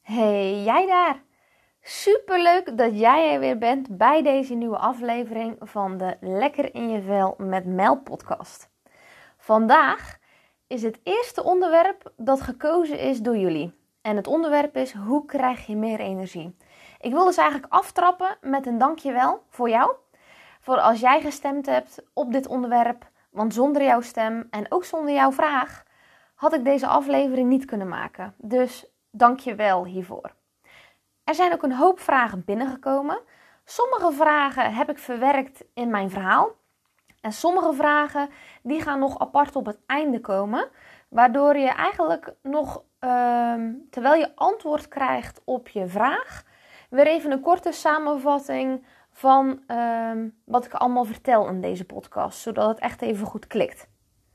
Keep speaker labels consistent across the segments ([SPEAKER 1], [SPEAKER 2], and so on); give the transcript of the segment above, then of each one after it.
[SPEAKER 1] Hey, jij daar! Superleuk dat jij er weer bent bij deze nieuwe aflevering van de Lekker in je vel met Mel podcast. Vandaag is het eerste onderwerp dat gekozen is door jullie. En het onderwerp is: hoe krijg je meer energie? Ik wil dus eigenlijk aftrappen met een dankjewel voor jou. Voor als jij gestemd hebt op dit onderwerp. Want zonder jouw stem en ook zonder jouw vraag had ik deze aflevering niet kunnen maken. Dus dankjewel hiervoor. Er zijn ook een hoop vragen binnengekomen. Sommige vragen heb ik verwerkt in mijn verhaal. En sommige vragen die gaan nog apart op het einde komen. Waardoor je eigenlijk nog, terwijl je antwoord krijgt op je vraag, weer even een korte samenvatting van wat ik allemaal vertel in deze podcast. Zodat het echt even goed klikt.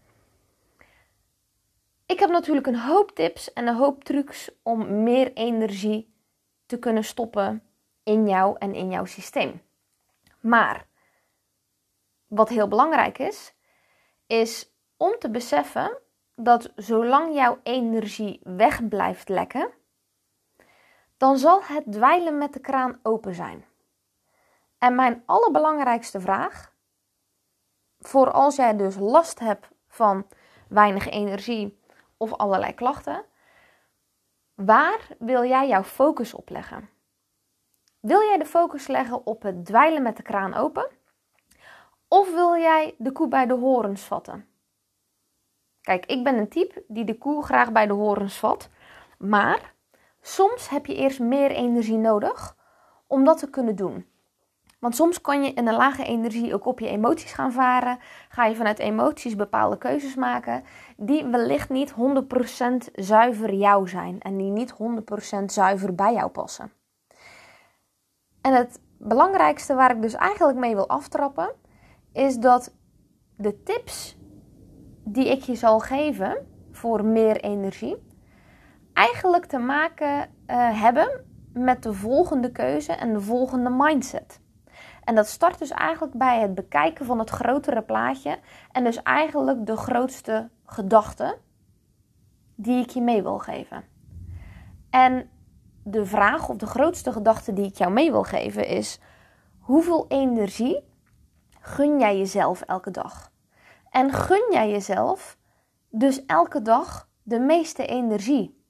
[SPEAKER 1] Ik heb natuurlijk een hoop tips en een hoop trucs om meer energie te kunnen stoppen in jou en in jouw systeem. Maar wat heel belangrijk is om te beseffen dat zolang jouw energie weg blijft lekken, dan zal het dweilen met de kraan open zijn. En mijn allerbelangrijkste vraag, voor als jij dus last hebt van weinig energie of allerlei klachten, waar wil jij jouw focus op leggen? Wil jij de focus leggen op het dweilen met de kraan open? Of wil jij de koe bij de horens vatten? Kijk, ik ben een type die de koe graag bij de horens vat. Maar soms heb je eerst meer energie nodig om dat te kunnen doen. Want soms kan je in een lage energie ook op je emoties gaan varen. Ga je vanuit emoties bepaalde keuzes maken die wellicht niet 100% zuiver jou zijn. En die niet 100% zuiver bij jou passen. En het belangrijkste waar ik dus eigenlijk mee wil aftrappen, is dat de tips die ik je zal geven voor meer energie, eigenlijk te maken hebben met de volgende keuze en de volgende mindset. En dat start dus eigenlijk bij het bekijken van het grotere plaatje en dus eigenlijk de grootste gedachte die ik je mee wil geven. En de vraag of de grootste gedachte die ik jou mee wil geven is: hoeveel energie gun jij jezelf elke dag? En gun jij jezelf dus elke dag de meeste energie?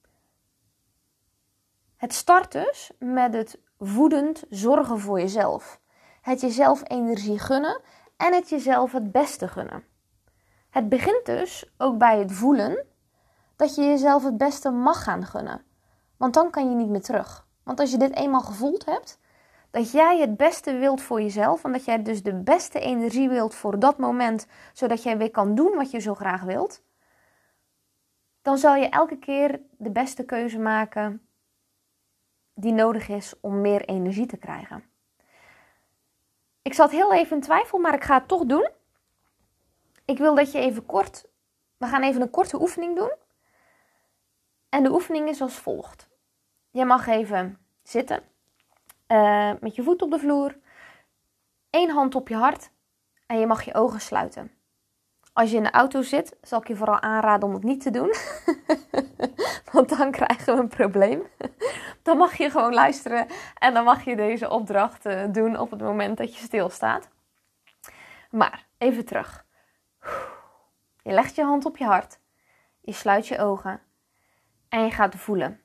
[SPEAKER 1] Het start dus met het voedend zorgen voor jezelf. Het jezelf energie gunnen en het jezelf het beste gunnen. Het begint dus ook bij het voelen dat je jezelf het beste mag gaan gunnen. Want dan kan je niet meer terug. Want als je dit eenmaal gevoeld hebt, dat jij het beste wilt voor jezelf en dat jij dus de beste energie wilt voor dat moment, zodat jij weer kan doen wat je zo graag wilt, dan zal je elke keer de beste keuze maken die nodig is om meer energie te krijgen. Ik zat heel even in twijfel, maar ik ga het toch doen. Ik wil dat je we gaan even een korte oefening doen. En de oefening is als volgt. Je mag even zitten, met je voet op de vloer, 1 hand op je hart en je mag je ogen sluiten. Als je in de auto zit, zal ik je vooral aanraden om het niet te doen. Want dan krijgen we een probleem. Dan mag je gewoon luisteren en dan mag je deze opdracht doen op het moment dat je stilstaat. Maar even terug. Je legt je hand op je hart. Je sluit je ogen. En je gaat voelen.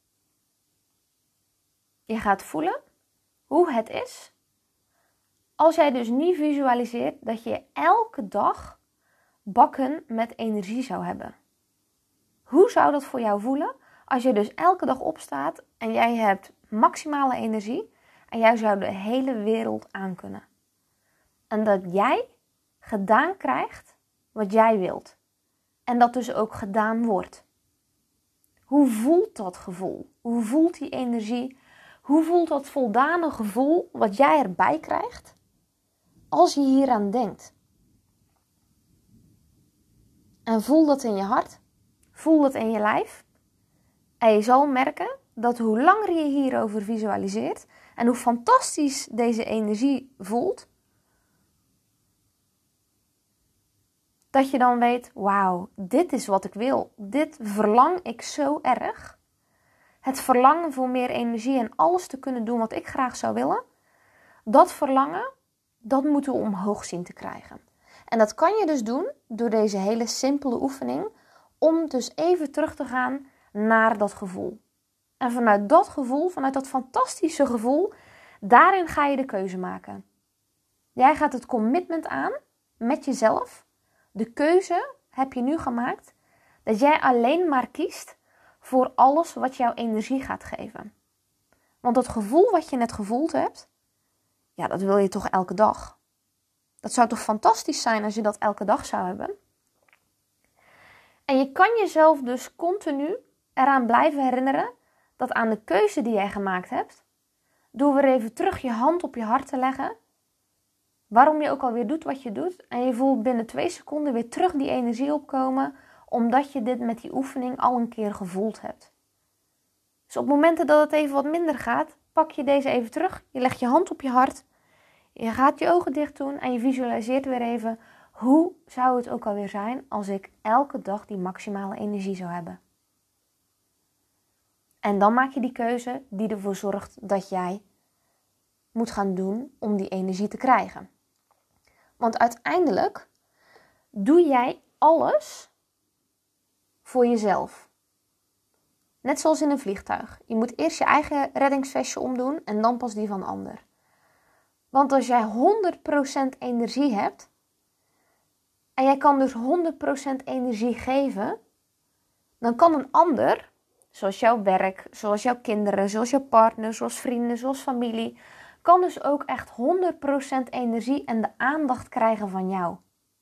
[SPEAKER 1] Je gaat voelen hoe het is als jij dus niet visualiseert dat je elke dag bakken met energie zou hebben. Hoe zou dat voor jou voelen als je dus elke dag opstaat en jij hebt maximale energie en jij zou de hele wereld aankunnen? En dat jij gedaan krijgt wat jij wilt. En dat dus ook gedaan wordt. Hoe voelt dat gevoel? Hoe voelt die energie? Hoe voelt dat voldane gevoel wat jij erbij krijgt als je hieraan denkt? En voel dat in je hart. Voel dat in je lijf. En je zal merken dat hoe langer je hierover visualiseert en hoe fantastisch deze energie voelt, dat je dan weet, wauw, dit is wat ik wil. Dit verlang ik zo erg. het verlangen voor meer energie en alles te kunnen doen wat ik graag zou willen, dat verlangen, dat moeten we omhoog zien te krijgen. En dat kan je dus doen door deze hele simpele oefening, om dus even terug te gaan naar dat gevoel. En vanuit dat gevoel, vanuit dat fantastische gevoel, daarin ga je de keuze maken. Jij gaat het commitment aan met jezelf. De keuze heb je nu gemaakt dat jij alleen maar kiest voor alles wat jouw energie gaat geven. Want dat gevoel wat je net gevoeld hebt, ja, dat wil je toch elke dag. Dat zou toch fantastisch zijn als je dat elke dag zou hebben. En je kan jezelf dus continu eraan blijven herinneren dat aan de keuze die jij gemaakt hebt, door weer even terug je hand op je hart te leggen, waarom je ook alweer doet wat je doet, en je voelt binnen 2 seconden weer terug die energie opkomen, omdat je dit met die oefening al een keer gevoeld hebt. Dus op momenten dat het even wat minder gaat, pak je deze even terug, je legt je hand op je hart, je gaat je ogen dicht doen en je visualiseert weer even, hoe zou het ook alweer zijn als ik elke dag die maximale energie zou hebben. En dan maak je die keuze die ervoor zorgt dat jij moet gaan doen om die energie te krijgen. Want uiteindelijk doe jij alles voor jezelf. Net zoals in een vliegtuig. Je moet eerst je eigen reddingsvestje omdoen en dan pas die van een ander. Want als jij 100% energie hebt en jij kan dus 100% energie geven, dan kan een ander, zoals jouw werk, zoals jouw kinderen, zoals jouw partner, zoals vrienden, zoals familie, kan dus ook echt 100% energie en de aandacht krijgen van jou.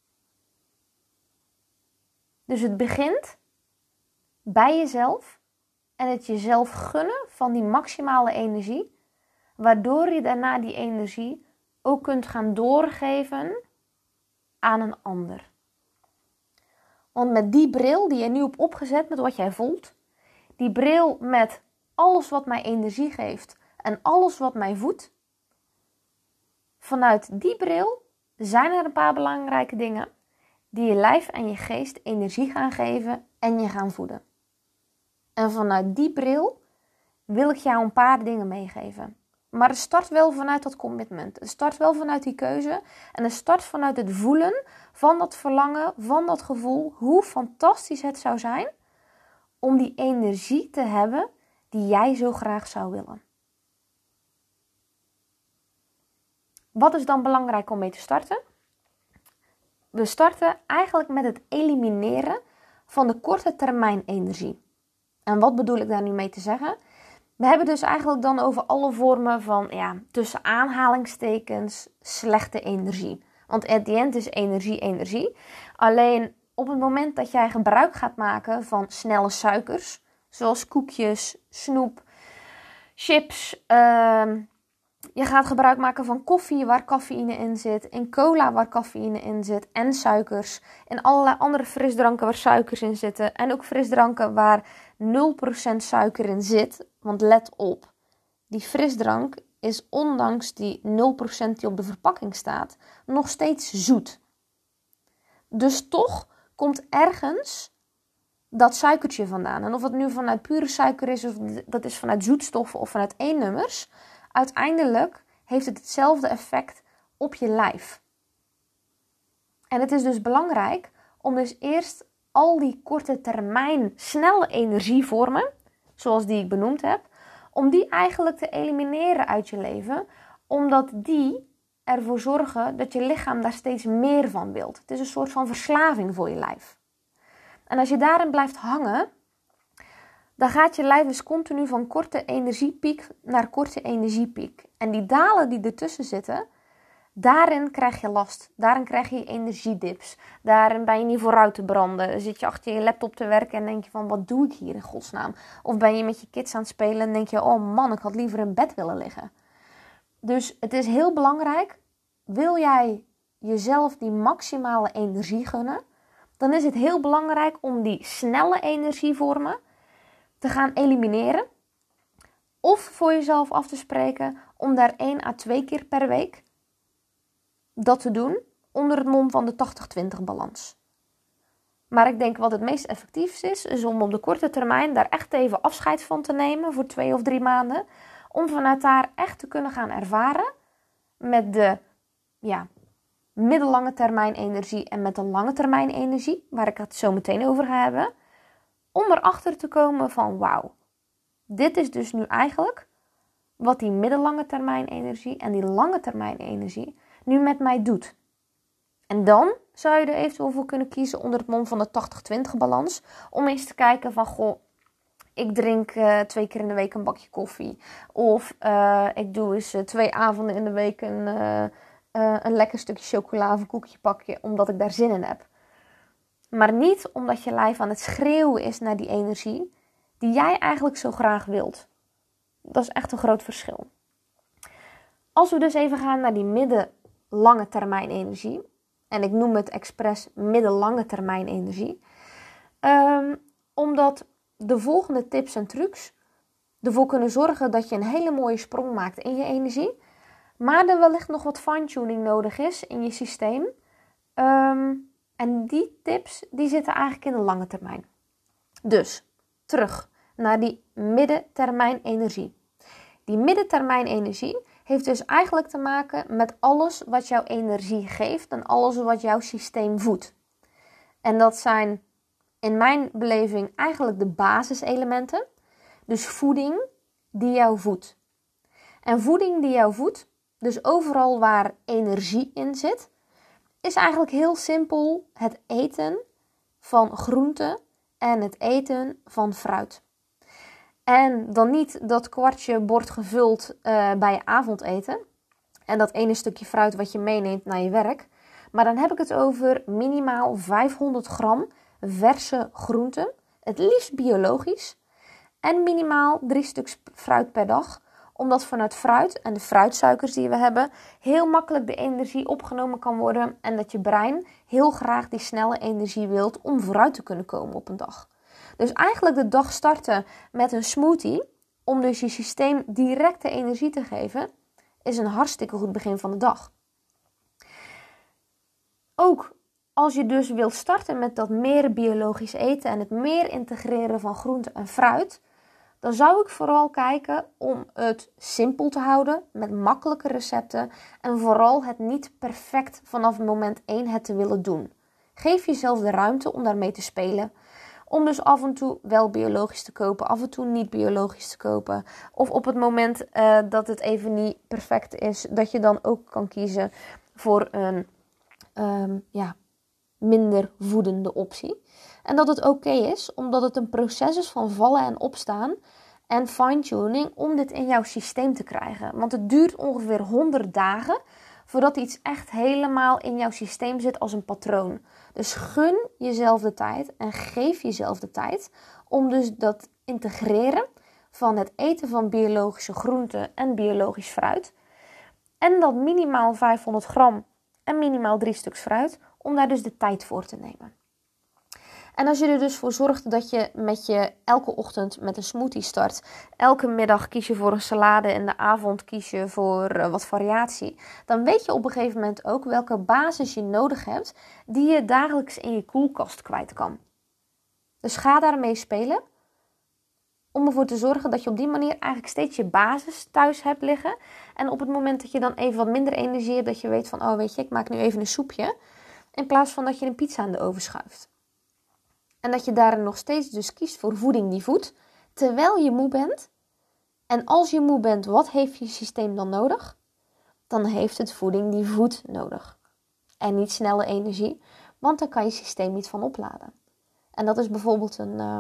[SPEAKER 1] Dus het begint bij jezelf en het jezelf gunnen van die maximale energie, waardoor je daarna die energie ook kunt gaan doorgeven aan een ander. Want met die bril die je nu hebt opgezet met wat jij voelt, die bril met alles wat mij energie geeft en alles wat mij voedt, vanuit die bril zijn er een paar belangrijke dingen die je lijf en je geest energie gaan geven en je gaan voeden. En vanuit die bril wil ik jou een paar dingen meegeven. Maar het start wel vanuit dat commitment. Het start wel vanuit die keuze. En het start vanuit het voelen van dat verlangen, van dat gevoel. Hoe fantastisch het zou zijn om die energie te hebben die jij zo graag zou willen. Wat is dan belangrijk om mee te starten? We starten eigenlijk met het elimineren van de korte termijn energie. En wat bedoel ik daar nu mee te zeggen? We hebben dus eigenlijk dan over alle vormen van, tussen aanhalingstekens, slechte energie. Want at the end is energie energie. Alleen op het moment dat jij gebruik gaat maken van snelle suikers, zoals koekjes, snoep, chips, je gaat gebruik maken van koffie waar cafeïne in zit, in cola waar cafeïne in zit en suikers, in allerlei andere frisdranken waar suikers in zitten en ook frisdranken waar 0% suiker in zit. Want let op, die frisdrank is ondanks die 0% die op de verpakking staat, nog steeds zoet. Dus toch komt ergens dat suikertje vandaan. En of het nu vanuit pure suiker is, of dat is vanuit zoetstoffen of vanuit E-nummers, uiteindelijk heeft het hetzelfde effect op je lijf. En het is dus belangrijk om dus eerst al die korte termijn snelle energievormen, zoals die ik benoemd heb, om die eigenlijk te elimineren uit je leven, omdat die ervoor zorgen dat je lichaam daar steeds meer van wilt. Het is een soort van verslaving voor je lijf. En als je daarin blijft hangen, dan gaat je lijf dus continu van korte energiepiek naar korte energiepiek. En die dalen die ertussen zitten, daarin krijg je last. Daarin krijg je energiedips. Daarin ben je niet vooruit te branden. Dan zit je achter je laptop te werken en denk je van, wat doe ik hier in godsnaam? Of ben je met je kids aan het spelen en denk je, oh man, ik had liever in bed willen liggen. Dus het is heel belangrijk, wil jij jezelf die maximale energie gunnen, dan is het heel belangrijk om die snelle energievormen te gaan elimineren. Of voor jezelf af te spreken om daar 1 à 2 keer per week dat te doen onder het mom van de 80-20 balans. Maar ik denk wat het meest effectief is om op de korte termijn daar echt even afscheid van te nemen voor 2 of 3 maanden. Om vanuit daar echt te kunnen gaan ervaren met de middellange termijn energie en met de lange termijn energie, waar ik het zo meteen over ga hebben. Om erachter te komen van wauw, dit is dus nu eigenlijk wat die middellange termijn energie en die lange termijn energie nu met mij doet. En dan zou je er eventueel voor kunnen kiezen onder het mom van de 80-20 balans. Om eens te kijken van, goh, ik drink 2 keer in de week een bakje koffie. Of ik doe eens 2 avonden in de week een lekker stukje chocola of een koekje pakje. Omdat ik daar zin in heb. Maar niet omdat je lijf aan het schreeuwen is naar die energie die jij eigenlijk zo graag wilt. Dat is echt een groot verschil. Als we dus even gaan naar die middellange termijn energie. En ik noem het expres middellange termijn energie. Omdat de volgende tips en trucs ervoor kunnen zorgen dat je een hele mooie sprong maakt in je energie. Maar er wellicht nog wat fine-tuning nodig is in je systeem. En die tips die zitten eigenlijk in de lange termijn. Dus terug naar die middentermijn energie. Die middentermijn energie heeft dus eigenlijk te maken met alles wat jouw energie geeft en alles wat jouw systeem voedt. En dat zijn in mijn beleving eigenlijk de basiselementen. Dus voeding die jou voedt. En voeding die jou voedt, dus overal waar energie in zit, is eigenlijk heel simpel het eten van groenten en het eten van fruit. En dan niet dat kwartje bord gevuld bij je avondeten. En dat ene stukje fruit wat je meeneemt naar je werk. Maar dan heb ik het over minimaal 500 gram verse groenten. Het liefst biologisch. En minimaal 3 stuks fruit per dag. Omdat vanuit fruit en de fruitsuikers die we hebben heel makkelijk de energie opgenomen kan worden. En dat je brein heel graag die snelle energie wilt om vooruit te kunnen komen op een dag. Dus eigenlijk de dag starten met een smoothie, om dus je systeem directe energie te geven, is een hartstikke goed begin van de dag. Ook als je dus wilt starten met dat meer biologisch eten en het meer integreren van groente en fruit, dan zou ik vooral kijken om het simpel te houden met makkelijke recepten en vooral het niet perfect vanaf moment 1 het te willen doen. Geef jezelf de ruimte om daarmee te spelen. Om dus af en toe wel biologisch te kopen, af en toe niet biologisch te kopen. Of op het moment dat het even niet perfect is, dat je dan ook kan kiezen voor een minder voedende optie. En dat het oké is, omdat het een proces is van vallen en opstaan en fine-tuning om dit in jouw systeem te krijgen. Want het duurt ongeveer 100 dagen voordat iets echt helemaal in jouw systeem zit als een patroon. Dus gun jezelf de tijd en geef jezelf de tijd om dus dat integreren van het eten van biologische groenten en biologisch fruit. En dat minimaal 500 gram en minimaal 3 stuks fruit, om daar dus de tijd voor te nemen. En als je er dus voor zorgt dat je elke ochtend met een smoothie start, elke middag kies je voor een salade en de avond kies je voor wat variatie, dan weet je op een gegeven moment ook welke basis je nodig hebt die je dagelijks in je koelkast kwijt kan. Dus ga daarmee spelen om ervoor te zorgen dat je op die manier eigenlijk steeds je basis thuis hebt liggen. En op het moment dat je dan even wat minder energie hebt, dat je weet van, oh weet je, ik maak nu even een soepje, in plaats van dat je een pizza aan de oven schuift. En dat je daarin nog steeds dus kiest voor voeding die voedt, terwijl je moe bent. En als je moe bent, wat heeft je systeem dan nodig? Dan heeft het voeding die voedt nodig. En niet snelle energie, want daar kan je systeem niet van opladen. En dat is bijvoorbeeld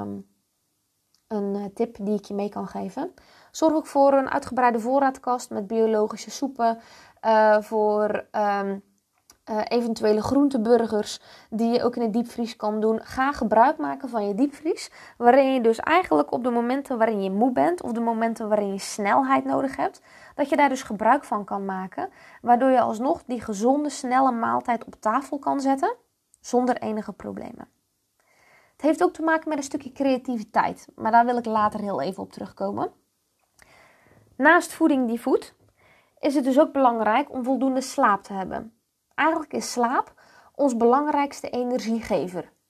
[SPEAKER 1] een tip die ik je mee kan geven. Zorg ook voor een uitgebreide voorraadkast met biologische soepen, voor eventuele groenteburgers die je ook in de diepvries kan doen. Ga gebruik maken van je diepvries, waarin je dus eigenlijk op de momenten waarin je moe bent of de momenten waarin je snelheid nodig hebt, dat je daar dus gebruik van kan maken, waardoor je alsnog die gezonde, snelle maaltijd op tafel kan zetten zonder enige problemen. Het heeft ook te maken met een stukje creativiteit, maar daar wil ik later heel even op terugkomen. Naast voeding die voedt, is het dus ook belangrijk om voldoende slaap te hebben. Eigenlijk is slaap ons belangrijkste energiegever.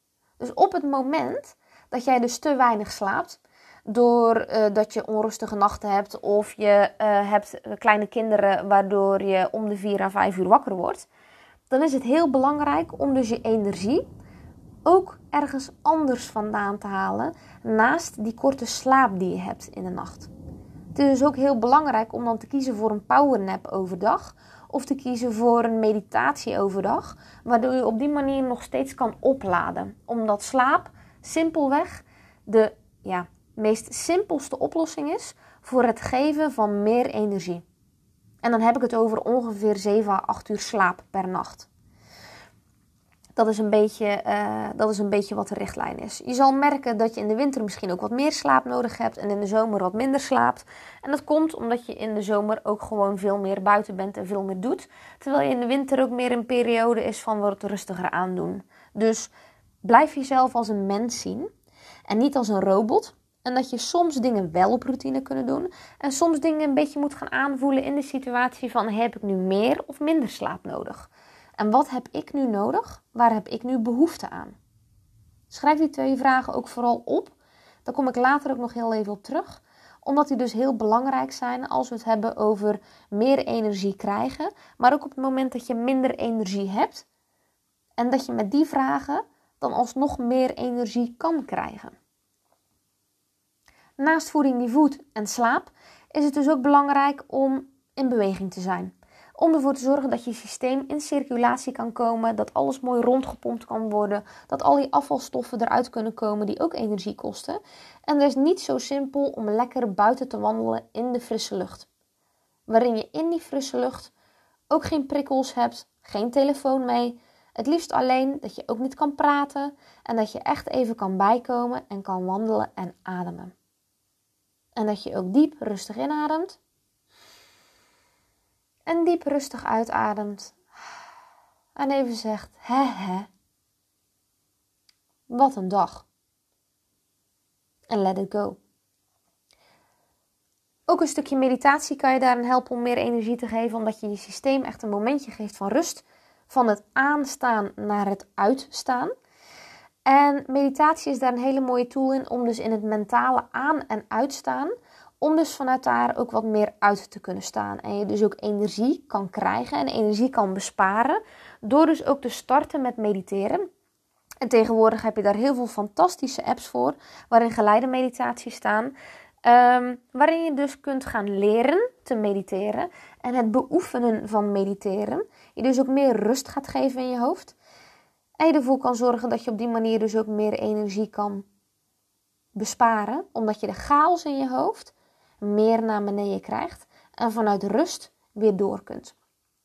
[SPEAKER 1] Dus op het moment dat jij dus te weinig slaapt, doordat je onrustige nachten hebt of je hebt kleine kinderen waardoor je om de 4 à 5 uur wakker wordt, dan is het heel belangrijk om dus je energie ook ergens anders vandaan te halen naast die korte slaap die je hebt in de nacht. Het is dus ook heel belangrijk om dan te kiezen voor een powernap overdag of te kiezen voor een meditatie overdag, waardoor je op die manier nog steeds kan opladen. Omdat slaap simpelweg de meest simpelste oplossing is voor het geven van meer energie. En dan heb ik het over ongeveer 7 à 8 uur slaap per nacht. Dat is een beetje wat de richtlijn is. Je zal merken dat je in de winter misschien ook wat meer slaap nodig hebt en in de zomer wat minder slaapt. En dat komt omdat je in de zomer ook gewoon veel meer buiten bent en veel meer doet. Terwijl je in de winter ook meer een periode is van wat rustiger aandoen. Dus blijf jezelf als een mens zien en niet als een robot. En dat je soms dingen wel op routine kunnen doen. En soms dingen een beetje moet gaan aanvoelen in de situatie van heb ik nu meer of minder slaap nodig? En wat heb ik nu nodig? Waar heb ik nu behoefte aan? Schrijf die 2 vragen ook vooral op. Daar kom ik later ook nog heel even op terug. Omdat die dus heel belangrijk zijn als we het hebben over meer energie krijgen. Maar ook op het moment dat je minder energie hebt. En dat je met die vragen dan alsnog meer energie kan krijgen. Naast voeding die voedt en slaap is het dus ook belangrijk om in beweging te zijn. Om ervoor te zorgen dat je systeem in circulatie kan komen, dat alles mooi rondgepompt kan worden, dat al die afvalstoffen eruit kunnen komen die ook energie kosten. En het is niet zo simpel om lekker buiten te wandelen in de frisse lucht. Waarin je in die frisse lucht ook geen prikkels hebt, geen telefoon mee. Het liefst alleen dat je ook niet kan praten en dat je echt even kan bijkomen en kan wandelen en ademen. En dat je ook diep rustig inademt. En diep rustig uitademt. En even zegt, hè. Wat een dag. En let it go. Ook een stukje meditatie kan je daarin helpen om meer energie te geven. Omdat je je systeem echt een momentje geeft van rust. Van het aanstaan naar het uitstaan. En meditatie is daar een hele mooie tool in om dus in het mentale aan- en uitstaan, om dus vanuit daar ook wat meer uit te kunnen staan. En je dus ook energie kan krijgen en energie kan besparen, door dus ook te starten met mediteren. En tegenwoordig heb je daar heel veel fantastische apps voor, waarin geleide meditaties staan. Waarin je dus kunt gaan leren te mediteren en het beoefenen van mediteren. Je dus ook meer rust gaat geven in je hoofd. En je ervoor kan zorgen dat je op die manier dus ook meer energie kan besparen. Omdat je de chaos in je hoofd meer naar beneden krijgt. En vanuit rust weer door kunt.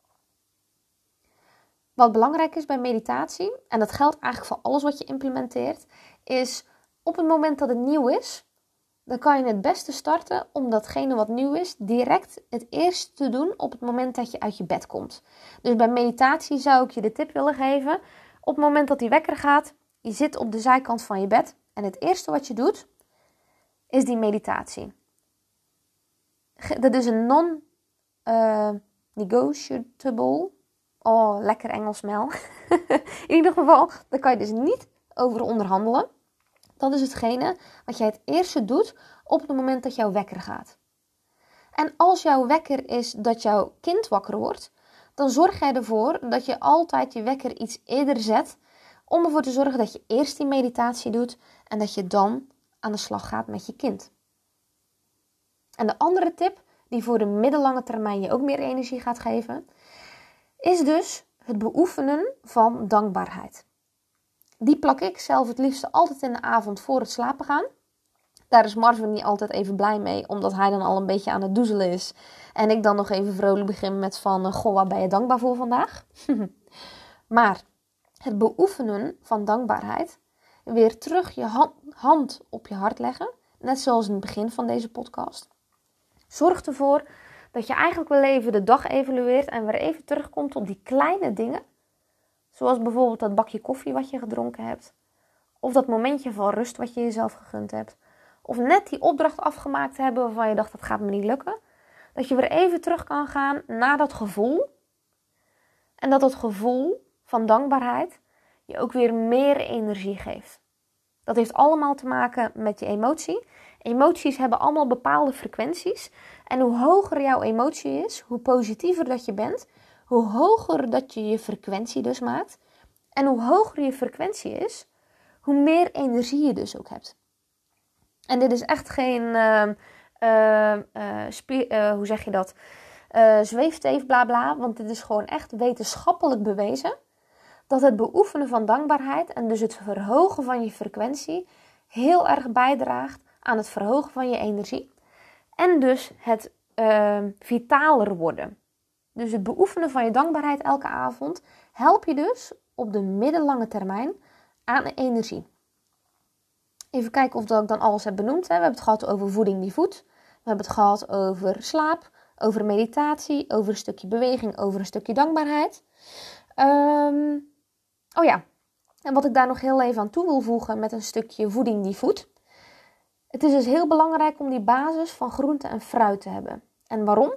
[SPEAKER 1] Wat belangrijk is bij meditatie, en dat geldt eigenlijk voor alles wat je implementeert, is op het moment dat het nieuw is, dan kan je het beste starten om datgene wat nieuw is direct het eerste te doen op het moment dat je uit je bed komt. Dus bij meditatie zou ik je de tip willen geven. Op het moment dat die wekker gaat, je zit op de zijkant van je bed en het eerste wat je doet, is die meditatie. Dat is een non-negotiable. Oh, lekker Engels, Mel. In ieder geval, daar kan je dus niet over onderhandelen. Dat is hetgene wat jij het eerste doet op het moment dat jouw wekker gaat. En als jouw wekker is dat jouw kind wakker wordt, dan zorg jij ervoor dat je altijd je wekker iets eerder zet, om ervoor te zorgen dat je eerst die meditatie doet en dat je dan aan de slag gaat met je kind. En de andere tip, die voor de middellange termijn je ook meer energie gaat geven, is dus het beoefenen van dankbaarheid. Die plak ik zelf het liefste altijd in de avond voor het slapen gaan. Daar is Marvin niet altijd even blij mee, omdat hij dan al een beetje aan het doezelen is. En ik dan nog even vrolijk begin met van, goh, waar ben je dankbaar voor vandaag? Maar het beoefenen van dankbaarheid, weer terug je hand op je hart leggen, net zoals in het begin van deze podcast. Zorg ervoor dat je eigenlijk wel even de dag evalueert en weer even terugkomt op die kleine dingen. Zoals bijvoorbeeld dat bakje koffie wat je gedronken hebt. Of dat momentje van rust wat je jezelf gegund hebt. Of net die opdracht afgemaakt hebben waarvan je dacht dat gaat me niet lukken. Dat je weer even terug kan gaan naar dat gevoel. En dat gevoel van dankbaarheid je ook weer meer energie geeft. Dat heeft allemaal te maken met je emotie. Emoties hebben allemaal bepaalde frequenties. En hoe hoger jouw emotie is, hoe positiever dat je bent, hoe hoger dat je je frequentie dus maakt. En hoe hoger je frequentie is, hoe meer energie je dus ook hebt. En dit is echt geen, hoe zeg je dat, zweefteef bla bla. Want dit is gewoon echt wetenschappelijk bewezen dat het beoefenen van dankbaarheid en dus het verhogen van je frequentie heel erg bijdraagt aan het verhogen van je energie. En dus het vitaler worden. Dus het beoefenen van je dankbaarheid elke avond helpt je dus op de middellange termijn aan energie. Even kijken of ik dan alles heb benoemd. We hebben het gehad over voeding die voedt. We hebben het gehad over slaap, over meditatie, over een stukje beweging, over een stukje dankbaarheid. Oh ja, en wat ik daar nog heel even aan toe wil voegen met een stukje voeding die voedt. Het is dus heel belangrijk om die basis van groente en fruit te hebben. En waarom?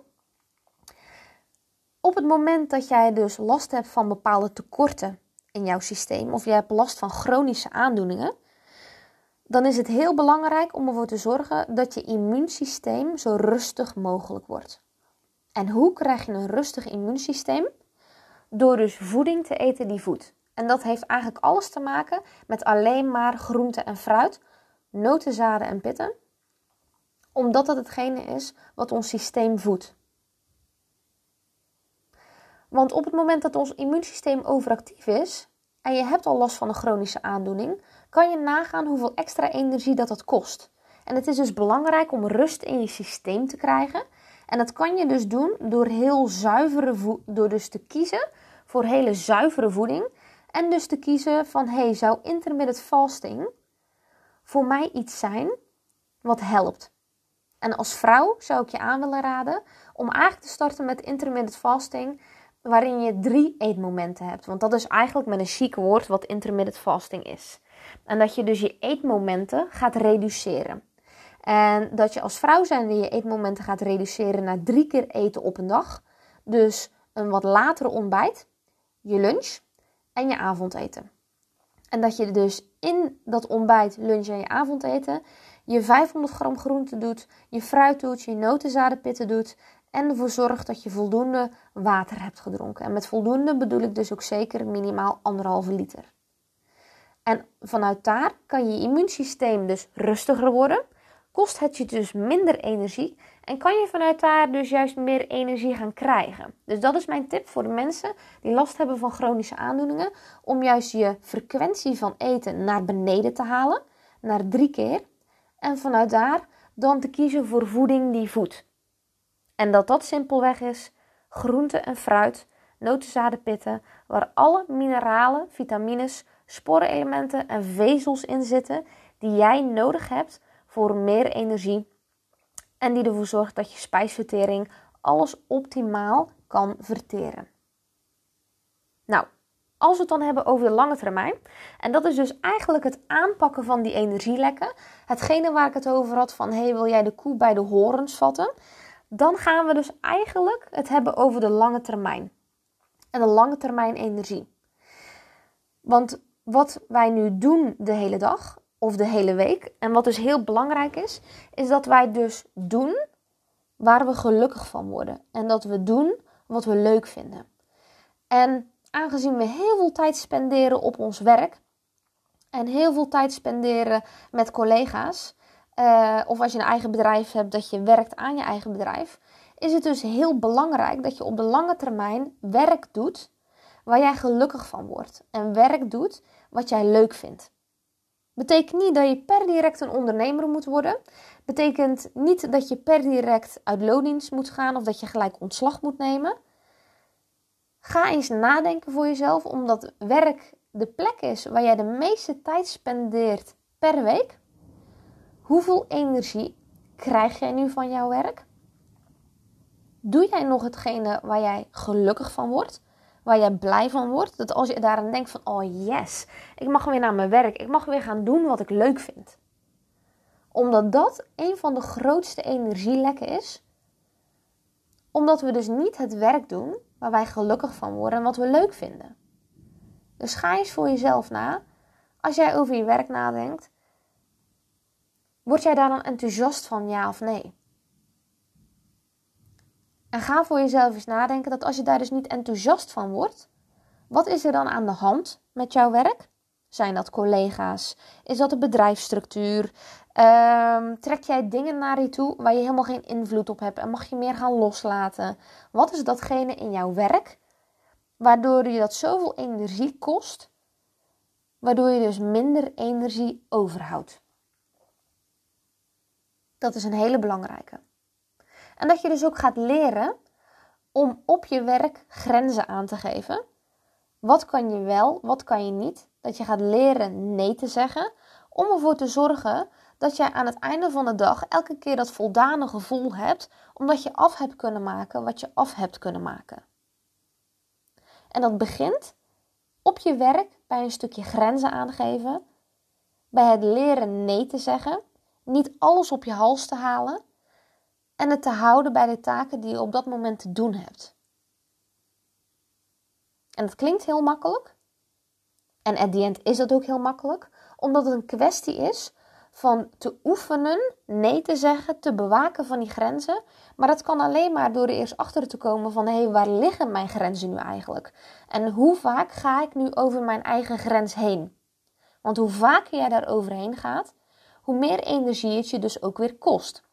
[SPEAKER 1] Op het moment dat jij dus last hebt van bepaalde tekorten in jouw systeem, of je hebt last van chronische aandoeningen, dan is het heel belangrijk om ervoor te zorgen dat je immuunsysteem zo rustig mogelijk wordt. En hoe krijg je een rustig immuunsysteem? Door dus voeding te eten die voedt. En dat heeft eigenlijk alles te maken met alleen maar groente en fruit, noten, zaden en pitten. Omdat dat hetgene is wat ons systeem voedt. Want op het moment dat ons immuunsysteem overactief is en je hebt al last van een chronische aandoening, kan je nagaan hoeveel extra energie dat kost. En het is dus belangrijk om rust in je systeem te krijgen. En dat kan je dus doen door door dus te kiezen voor hele zuivere voeding. En dus te kiezen van, zou intermittent fasting voor mij iets zijn wat helpt? En als vrouw zou ik je aan willen raden om eigenlijk te starten met intermittent fasting, waarin je 3 eetmomenten hebt. Want dat is eigenlijk met een chic woord wat intermittent fasting is. En dat je dus je eetmomenten gaat reduceren. En dat je als vrouw zijnde je eetmomenten gaat reduceren naar 3 keer eten op een dag. Dus een wat latere ontbijt, je lunch en je avondeten. En dat je dus in dat ontbijt, lunch en je avondeten je 500 gram groente doet, je fruit doet, je noten, zaden, pitten doet en ervoor zorgt dat je voldoende water hebt gedronken. En met voldoende bedoel ik dus ook zeker minimaal 1,5 liter. En vanuit daar kan je immuunsysteem dus rustiger worden, kost het je dus minder energie en kan je vanuit daar dus juist meer energie gaan krijgen. Dus dat is mijn tip voor de mensen die last hebben van chronische aandoeningen, om juist je frequentie van eten naar beneden te halen, naar 3 keer. En vanuit daar dan te kiezen voor voeding die voedt. En dat simpelweg is groente en fruit, noten, zaden, pitten, waar alle mineralen, vitamines, sporenelementen en vezels in zitten die jij nodig hebt voor meer energie. En die ervoor zorgt dat je spijsvertering alles optimaal kan verteren. Nou, als we het dan hebben over de lange termijn. En dat is dus eigenlijk het aanpakken van die energielekken. Hetgene waar ik het over had van, wil jij de koe bij de horens vatten? Dan gaan we dus eigenlijk het hebben over de lange termijn. En de lange termijn energie. Want wat wij nu doen de hele dag of de hele week, en wat dus heel belangrijk is dat wij dus doen waar we gelukkig van worden. En dat we doen wat we leuk vinden. En aangezien we heel veel tijd spenderen op ons werk en heel veel tijd spenderen met collega's, of als je een eigen bedrijf hebt dat je werkt aan je eigen bedrijf, is het dus heel belangrijk dat je op de lange termijn werk doet waar jij gelukkig van wordt. En werk doet wat jij leuk vindt. Betekent niet dat je per direct een ondernemer moet worden. Betekent niet dat je per direct uit loondienst moet gaan of dat je gelijk ontslag moet nemen. Ga eens nadenken voor jezelf, omdat werk de plek is waar jij de meeste tijd spendeert per week. Hoeveel energie krijg jij nu van jouw werk? Doe jij nog hetgene waar jij gelukkig van wordt? Waar jij blij van wordt? Dat als je daaraan denkt van, oh yes, ik mag weer naar mijn werk. Ik mag weer gaan doen wat ik leuk vind. Omdat dat een van de grootste energielekken is. Omdat we dus niet het werk doen waar wij gelukkig van worden en wat we leuk vinden. Dus ga eens voor jezelf na. Als jij over je werk nadenkt, Word jij daar dan enthousiast van, ja of nee? En ga voor jezelf eens nadenken dat als je daar dus niet enthousiast van wordt, wat is er dan aan de hand met jouw werk? Zijn dat collega's? Is dat de bedrijfsstructuur? Trek jij dingen naar je toe waar je helemaal geen invloed op hebt en mag je meer gaan loslaten? Wat is datgene in jouw werk waardoor je dat zoveel energie kost, waardoor je dus minder energie overhoudt? Dat is een hele belangrijke. En dat je dus ook gaat leren om op je werk grenzen aan te geven. Wat kan je wel, wat kan je niet? Dat je gaat leren nee te zeggen. Om ervoor te zorgen dat jij aan het einde van de dag elke keer dat voldane gevoel hebt. Omdat je af hebt kunnen maken wat je af hebt kunnen maken. En dat begint op je werk bij een stukje grenzen aangeven. Bij het leren nee te zeggen. Niet alles op je hals te halen. En het te houden bij de taken die je op dat moment te doen hebt. En dat klinkt heel makkelijk. En at the end is dat ook heel makkelijk. Omdat het een kwestie is van te oefenen, nee te zeggen, te bewaken van die grenzen. Maar dat kan alleen maar door er eerst achter te komen van hé, waar liggen mijn grenzen nu eigenlijk? En hoe vaak ga ik nu over mijn eigen grens heen? Want hoe vaker jij daar overheen gaat, hoe meer energie het je dus ook weer kost.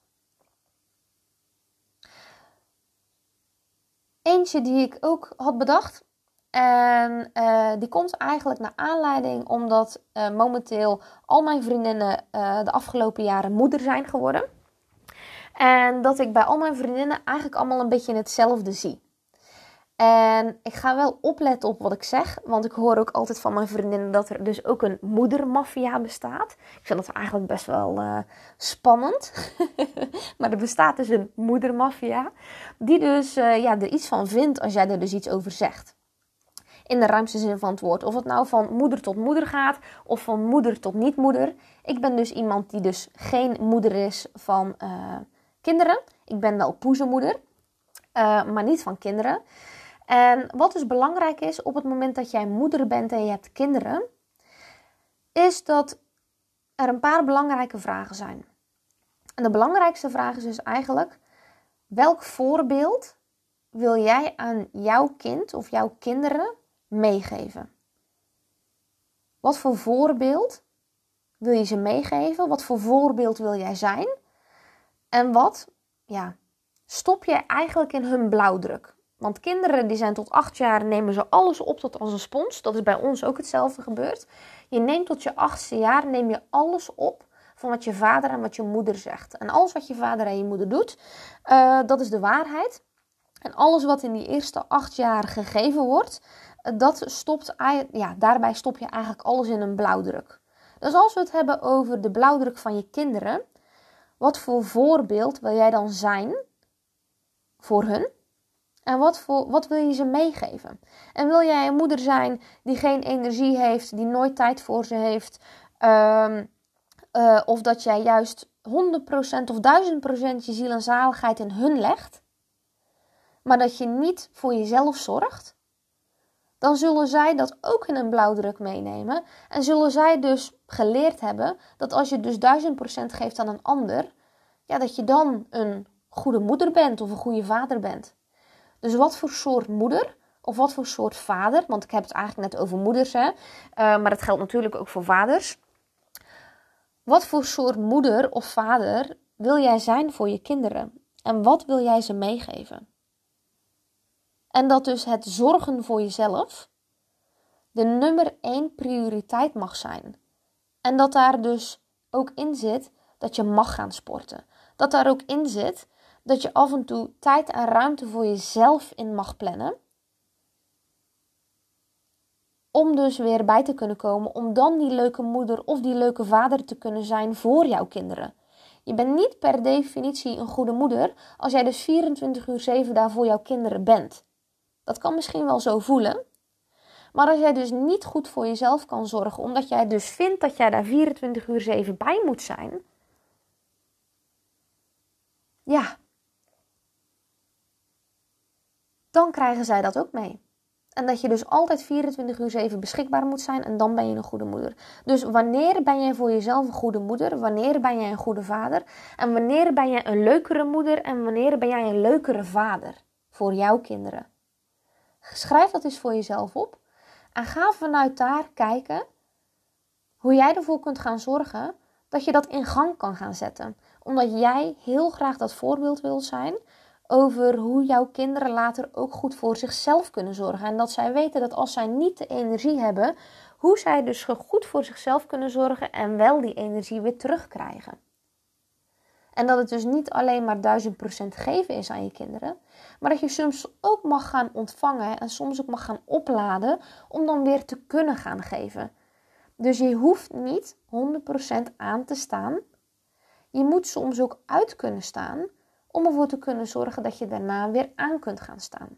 [SPEAKER 1] Eentje die ik ook had bedacht. En die komt eigenlijk naar aanleiding omdat momenteel al mijn vriendinnen de afgelopen jaren moeder zijn geworden. En dat ik bij al mijn vriendinnen eigenlijk allemaal een beetje hetzelfde zie. En ik ga wel opletten op wat ik zeg. Want ik hoor ook altijd van mijn vriendinnen dat er dus ook een moedermafia bestaat. Ik vind dat eigenlijk best wel spannend. Maar er bestaat dus een moedermafia. Die dus er iets van vindt als jij er dus iets over zegt. In de ruimste zin van het woord. Of het nou van moeder tot moeder gaat. Of van moeder tot niet moeder. Ik ben dus iemand die dus geen moeder is van kinderen. Ik ben wel poezenmoeder. Maar niet van kinderen. En wat dus belangrijk is op het moment dat jij moeder bent en je hebt kinderen. Is dat er een paar belangrijke vragen zijn. En de belangrijkste vraag is dus eigenlijk. Welk voorbeeld wil jij aan jouw kind of jouw kinderen meegeven? Wat voor voorbeeld wil je ze meegeven? Wat voor voorbeeld wil jij zijn? En wat stop je eigenlijk in hun blauwdruk? Want kinderen die zijn tot 8 jaar, nemen ze alles op tot als een spons. Dat is bij ons ook hetzelfde gebeurd. Je neemt tot je 8e jaar, neem je alles op van wat je vader en wat je moeder zegt. En alles wat je vader en je moeder doet, dat is de waarheid. En alles wat in die eerste 8 jaar gegeven wordt, daarbij stop je eigenlijk alles in een blauwdruk. Dus als we het hebben over de blauwdruk van je kinderen, wat voor voorbeeld wil jij dan zijn voor hun? En wat wil je ze meegeven? En wil jij een moeder zijn die geen energie heeft, die nooit tijd voor ze heeft, of dat jij juist 100% of 1000% je ziel en zaligheid in hun legt, maar dat je niet voor jezelf zorgt, dan zullen zij dat ook in een blauwdruk meenemen. En zullen zij dus geleerd hebben dat als je dus 1000% geeft aan een ander, dat je dan een goede moeder bent of een goede vader bent. Dus wat voor soort moeder of wat voor soort vader, want ik heb het eigenlijk net over moeders, maar dat geldt natuurlijk ook voor vaders. Wat voor soort moeder of vader wil jij zijn voor je kinderen? En wat wil jij ze meegeven? En dat dus het zorgen voor jezelf de nummer 1 prioriteit mag zijn. En dat daar dus ook in zit dat je mag gaan sporten. Dat daar ook in zit dat je af en toe tijd en ruimte voor jezelf in mag plannen. Om dus weer bij te kunnen komen. Om dan die leuke moeder of die leuke vader te kunnen zijn voor jouw kinderen. Je bent niet per definitie een goede moeder als jij dus 24/7 daar voor jouw kinderen bent. Dat kan misschien wel zo voelen. Maar als jij dus niet goed voor jezelf kan zorgen, omdat jij dus vindt dat jij daar 24/7 bij moet zijn. Ja. Dan krijgen zij dat ook mee. En dat je dus altijd 24/7 beschikbaar moet zijn en dan ben je een goede moeder. Dus wanneer ben jij voor jezelf een goede moeder? Wanneer ben jij een goede vader? En wanneer ben jij een leukere moeder? En wanneer ben jij een leukere vader voor jouw kinderen? Schrijf dat eens voor jezelf op. En ga vanuit daar kijken hoe jij ervoor kunt gaan zorgen dat je dat in gang kan gaan zetten. Omdat jij heel graag dat voorbeeld wil zijn over hoe jouw kinderen later ook goed voor zichzelf kunnen zorgen. En dat zij weten dat als zij niet de energie hebben, hoe zij dus goed voor zichzelf kunnen zorgen en wel die energie weer terugkrijgen. En dat het dus niet alleen maar 1000% geven is aan je kinderen, maar dat je soms ook mag gaan ontvangen en soms ook mag gaan opladen om dan weer te kunnen gaan geven. Dus je hoeft niet 100% aan te staan. Je moet soms ook uit kunnen staan om ervoor te kunnen zorgen dat je daarna weer aan kunt gaan staan.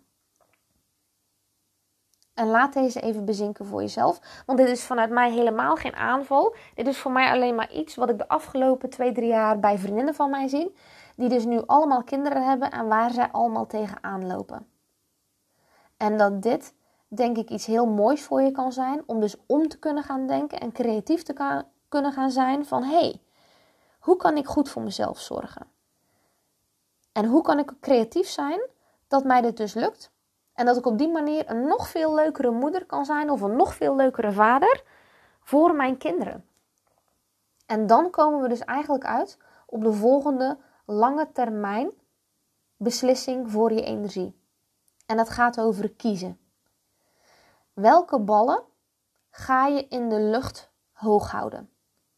[SPEAKER 1] En laat deze even bezinken voor jezelf. Want dit is vanuit mij helemaal geen aanval. Dit is voor mij alleen maar iets wat ik de afgelopen 2-3 jaar bij vriendinnen van mij zie. Die dus nu allemaal kinderen hebben en waar zij allemaal tegenaan lopen. En dat dit, denk ik, iets heel moois voor je kan zijn. Om dus om te kunnen gaan denken en creatief te kunnen gaan zijn van... Hey, hoe kan ik goed voor mezelf zorgen? En hoe kan ik creatief zijn dat mij dit dus lukt? En dat ik op die manier een nog veel leukere moeder kan zijn of een nog veel leukere vader voor mijn kinderen. En dan komen we dus eigenlijk uit op de volgende lange termijn beslissing voor je energie. En dat gaat over kiezen. Welke ballen ga je in de lucht hoog houden?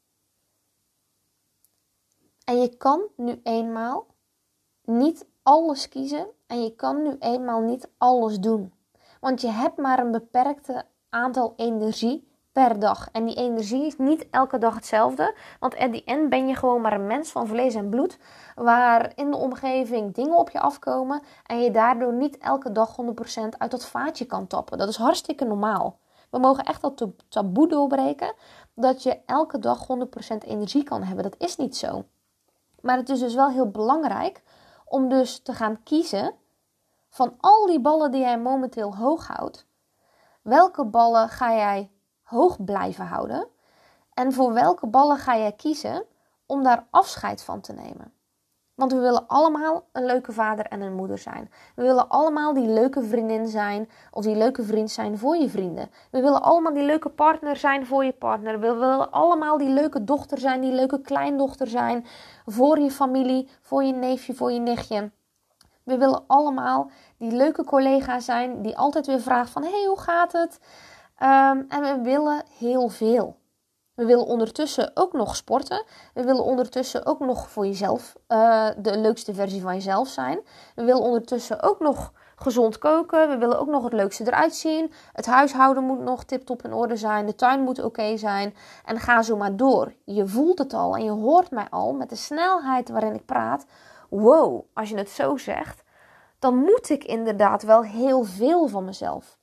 [SPEAKER 1] En je kan nu eenmaal niet alles kiezen en je kan nu eenmaal niet alles doen. Want je hebt maar een beperkte aantal energie per dag. En die energie is niet elke dag hetzelfde. Want at the end ben je gewoon maar een mens van vlees en bloed. Waar in de omgeving dingen op je afkomen. En je daardoor niet elke dag 100% uit dat vaatje kan tappen. Dat is hartstikke normaal. We mogen echt dat taboe doorbreken. Dat je elke dag 100% energie kan hebben. Dat is niet zo. Maar het is dus wel heel belangrijk om dus te gaan kiezen van al die ballen die jij momenteel hoog houdt. Welke ballen ga jij hoog blijven houden? En voor welke ballen ga jij kiezen om daar afscheid van te nemen? Want we willen allemaal een leuke vader en een moeder zijn. We willen allemaal die leuke vriendin zijn of die leuke vriend zijn voor je vrienden. We willen allemaal die leuke partner zijn voor je partner. We willen allemaal die leuke dochter zijn, die leuke kleindochter zijn voor je familie, voor je neefje, voor je nichtje. We willen allemaal die leuke collega zijn die altijd weer vraagt van... Hey, hoe gaat het? En we willen heel veel. We willen ondertussen ook nog sporten. We willen ondertussen ook nog voor jezelf de leukste versie van jezelf zijn. We willen ondertussen ook nog gezond koken. We willen ook nog het leukste eruit zien. Het huishouden moet nog tip-top in orde zijn. De tuin moet oké zijn. En ga zo maar door. Je voelt het al en je hoort mij al met de snelheid waarin ik praat. Wow, als je het zo zegt, dan moet ik inderdaad wel heel veel van mezelf.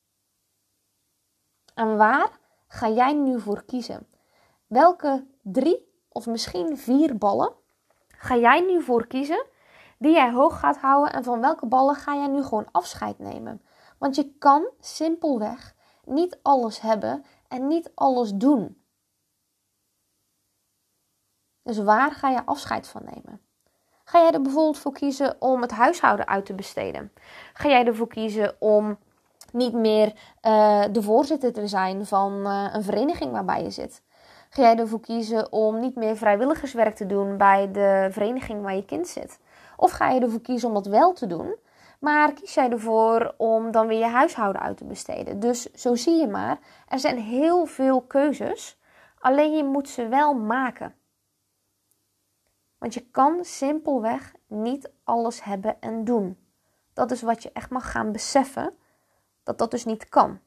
[SPEAKER 1] En waar ga jij nu voor kiezen? Welke 3 of misschien 4 ballen ga jij nu voor kiezen die jij hoog gaat houden en van welke ballen ga jij nu gewoon afscheid nemen? Want je kan simpelweg niet alles hebben en niet alles doen. Dus waar ga je afscheid van nemen? Ga jij er bijvoorbeeld voor kiezen om het huishouden uit te besteden? Ga jij ervoor kiezen om niet meer de voorzitter te zijn van een vereniging waarbij je zit? Ga jij ervoor kiezen om niet meer vrijwilligerswerk te doen bij de vereniging waar je kind zit? Of ga je ervoor kiezen om dat wel te doen, maar kies jij ervoor om dan weer je huishouden uit te besteden? Dus zo zie je maar, er zijn heel veel keuzes, alleen je moet ze wel maken. Want je kan simpelweg niet alles hebben en doen. Dat is wat je echt mag gaan beseffen, dat dat dus niet kan.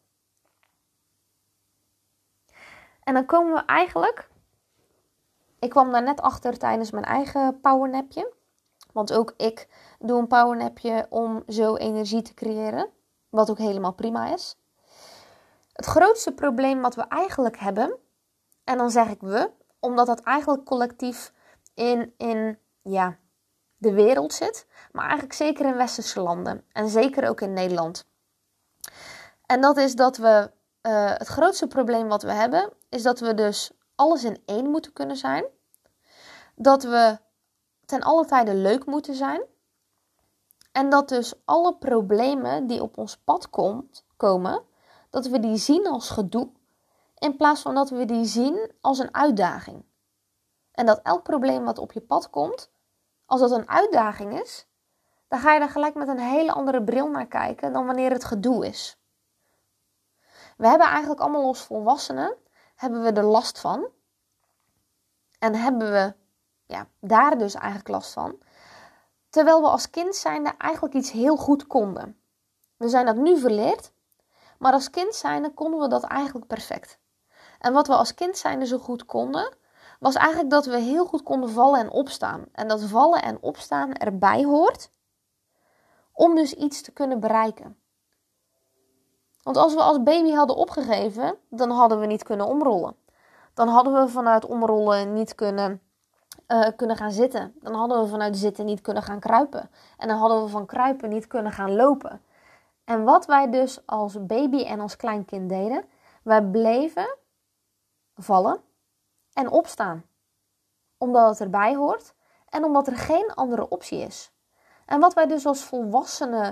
[SPEAKER 1] En dan komen we eigenlijk... Ik kwam daar net achter tijdens mijn eigen powernapje. Want ook ik doe een powernapje om zo energie te creëren. Wat ook helemaal prima is. Het grootste probleem wat we eigenlijk hebben... En dan zeg ik we, omdat dat eigenlijk collectief in de wereld zit. Maar eigenlijk zeker in westerse landen. En zeker ook in Nederland. En dat is dat we, het grootste probleem wat we hebben, is dat we dus alles in één moeten kunnen zijn. Dat we ten alle tijde leuk moeten zijn. En dat dus alle problemen die op ons pad komen, dat we die zien als gedoe, in plaats van dat we die zien als een uitdaging. En dat elk probleem wat op je pad komt, als dat een uitdaging is, dan ga je er gelijk met een hele andere bril naar kijken dan wanneer het gedoe is. We hebben eigenlijk allemaal als volwassenen, hebben we er last van. En hebben we daar dus eigenlijk last van. Terwijl we als kind zijnde eigenlijk iets heel goed konden. We zijn dat nu verleerd, maar als kind zijnde konden we dat eigenlijk perfect. En wat we als kind zijnde zo goed konden, was eigenlijk dat we heel goed konden vallen en opstaan. En dat vallen en opstaan erbij hoort om dus iets te kunnen bereiken. Want als we als baby hadden opgegeven, dan hadden we niet kunnen omrollen. Dan hadden we vanuit omrollen niet kunnen gaan zitten. Dan hadden we vanuit zitten niet kunnen gaan kruipen. En dan hadden we van kruipen niet kunnen gaan lopen. En wat wij dus als baby en als kleinkind deden, wij bleven vallen en opstaan. Omdat het erbij hoort en omdat er geen andere optie is. En wat wij dus als volwassenen,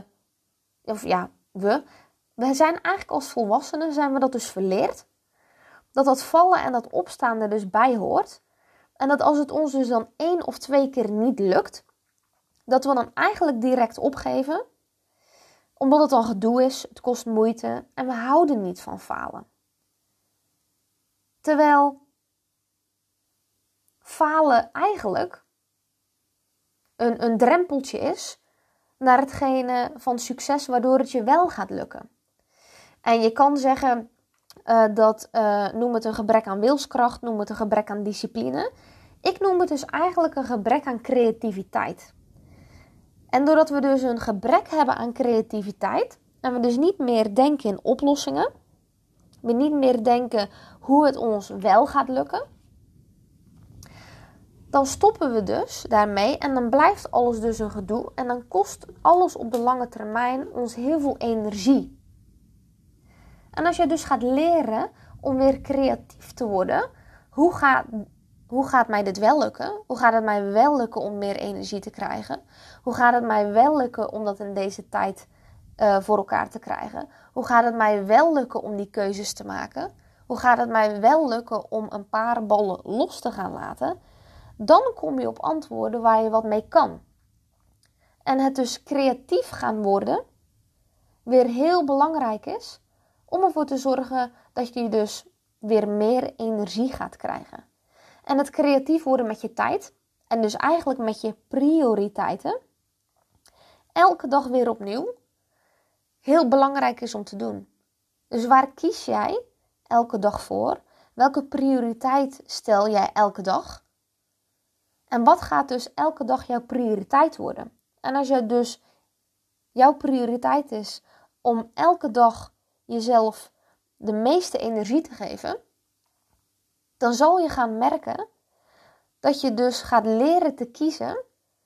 [SPEAKER 1] we zijn eigenlijk als volwassenen, zijn we dat dus verleerd. Dat vallen en dat opstaan er dus bij hoort. En dat als het ons dus dan 1 of 2 keer niet lukt, dat we dan eigenlijk direct opgeven. Omdat het dan gedoe is, het kost moeite en we houden niet van falen. Terwijl falen eigenlijk een drempeltje is naar hetgene van succes waardoor het je wel gaat lukken. En je kan zeggen noem het een gebrek aan wilskracht, noem het een gebrek aan discipline. Ik noem het dus eigenlijk een gebrek aan creativiteit. En doordat we dus een gebrek hebben aan creativiteit en we dus niet meer denken in oplossingen, we niet meer denken hoe het ons wel gaat lukken, dan stoppen we dus daarmee en dan blijft alles dus een gedoe en dan kost alles op de lange termijn ons heel veel energie. En als je dus gaat leren om weer creatief te worden, hoe gaat mij dit wel lukken? Hoe gaat het mij wel lukken om meer energie te krijgen? Hoe gaat het mij wel lukken om dat in deze tijd voor elkaar te krijgen? Hoe gaat het mij wel lukken om die keuzes te maken? Hoe gaat het mij wel lukken om een paar ballen los te gaan laten? Dan kom je op antwoorden waar je wat mee kan. En het dus creatief gaan worden weer heel belangrijk is om ervoor te zorgen dat je dus weer meer energie gaat krijgen. En het creatief worden met je tijd en dus eigenlijk met je prioriteiten, elke dag weer opnieuw, heel belangrijk is om te doen. Dus waar kies jij elke dag voor? Welke prioriteit stel jij elke dag? En wat gaat dus elke dag jouw prioriteit worden? En als jouw prioriteit is om elke dag jezelf de meeste energie te geven, dan zal je gaan merken dat je dus gaat leren te kiezen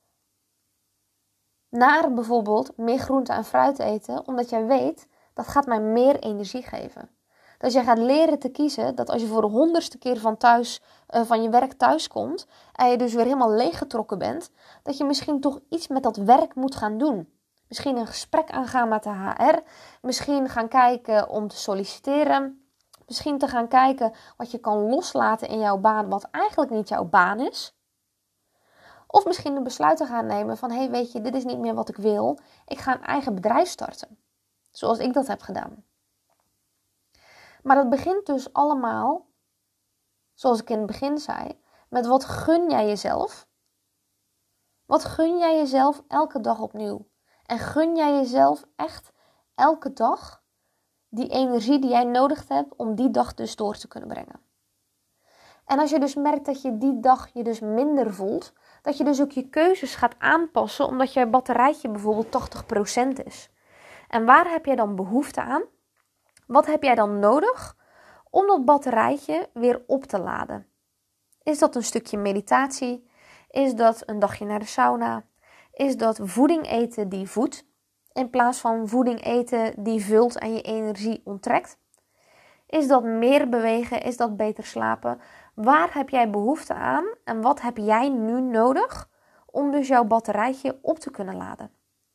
[SPEAKER 1] naar bijvoorbeeld meer groente en fruit eten, omdat jij weet, dat gaat mij meer energie geven. Dat jij gaat leren te kiezen dat als je voor de 100ste keer van je werk thuis komt en je dus weer helemaal leeggetrokken bent, dat je misschien toch iets met dat werk moet gaan doen. Misschien een gesprek aangaan met de HR, misschien gaan kijken om te solliciteren, misschien te gaan kijken wat je kan loslaten in jouw baan wat eigenlijk niet jouw baan is. Of misschien een besluit te gaan nemen van, hey, weet je, dit is niet meer wat ik wil. Ik ga een eigen bedrijf starten. Zoals ik dat heb gedaan. Maar dat begint dus allemaal, zoals ik in het begin zei, met wat gun jij jezelf? Wat gun jij jezelf elke dag opnieuw? En gun jij jezelf echt elke dag die energie die jij nodig hebt om die dag dus door te kunnen brengen? En als je dus merkt dat je die dag je dus minder voelt, dat je dus ook je keuzes gaat aanpassen omdat je batterijtje bijvoorbeeld 80% is. En waar heb jij dan behoefte aan? Wat heb jij dan nodig om dat batterijtje weer op te laden? Is dat een stukje meditatie? Is dat een dagje naar de sauna? Is dat voeding eten die voedt? in plaats van voeding eten die vult en je energie onttrekt? Is dat meer bewegen? Is dat beter slapen? Waar heb jij behoefte aan en wat heb jij nu nodig om dus jouw batterijtje op te kunnen laden?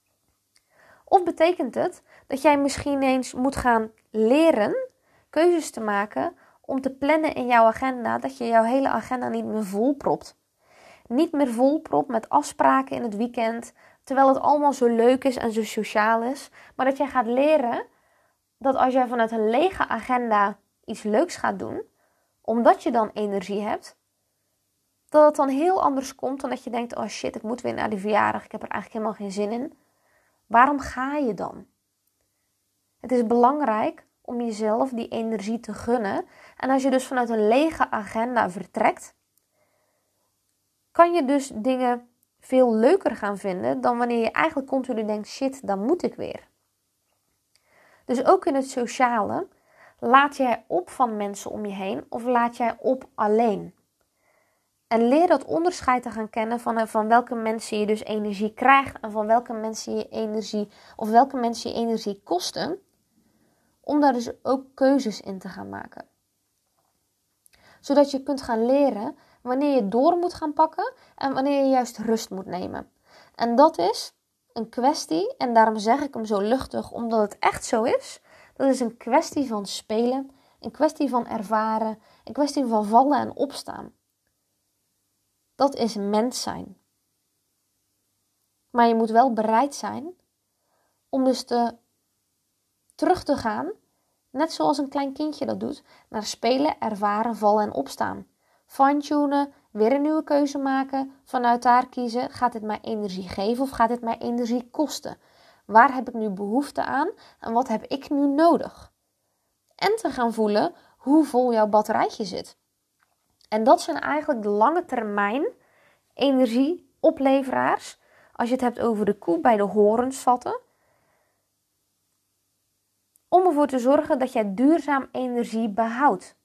[SPEAKER 1] Of betekent het dat jij misschien eens moet gaan leren keuzes te maken om te plannen in jouw agenda, dat je jouw hele agenda niet meer volpropt? Niet meer volpropt met afspraken in het weekend, terwijl het allemaal zo leuk is en zo sociaal is. Maar dat jij gaat leren dat als jij vanuit een lege agenda iets leuks gaat doen, omdat je dan energie hebt, dat het dan heel anders komt dan dat je denkt, oh shit, ik moet weer naar die verjaardag, ik heb er eigenlijk helemaal geen zin in. Waarom ga je dan? Het is belangrijk om jezelf die energie te gunnen. En als je dus vanuit een lege agenda vertrekt, kan je dus dingen veel leuker gaan vinden dan wanneer je eigenlijk continu denkt, shit, dan moet ik weer. Dus ook in het sociale, laat jij op van mensen om je heen of laat jij op alleen? En leer dat onderscheid te gaan kennen van welke mensen je dus energie krijgt en van welke mensen je energie of welke mensen je energie kosten, om daar dus ook keuzes in te gaan maken. Zodat je kunt gaan leren wanneer je door moet gaan pakken en wanneer je juist rust moet nemen. En dat is een kwestie, en daarom zeg ik hem zo luchtig, omdat het echt zo is. Dat is een kwestie van spelen, een kwestie van ervaren, een kwestie van vallen en opstaan. Dat is mens zijn. Maar je moet wel bereid zijn om dus terug te gaan, net zoals een klein kindje dat doet, naar spelen, ervaren, vallen en opstaan. Fine-tunen, weer een nieuwe keuze maken, vanuit daar kiezen, gaat dit mij energie geven of gaat dit mij energie kosten? Waar heb ik nu behoefte aan en wat heb ik nu nodig? En te gaan voelen hoe vol jouw batterijtje zit. En dat zijn eigenlijk de lange termijn energieopleveraars. Als je het hebt over de koe bij de horens vatten. Om ervoor te zorgen dat jij duurzaam energie behoudt.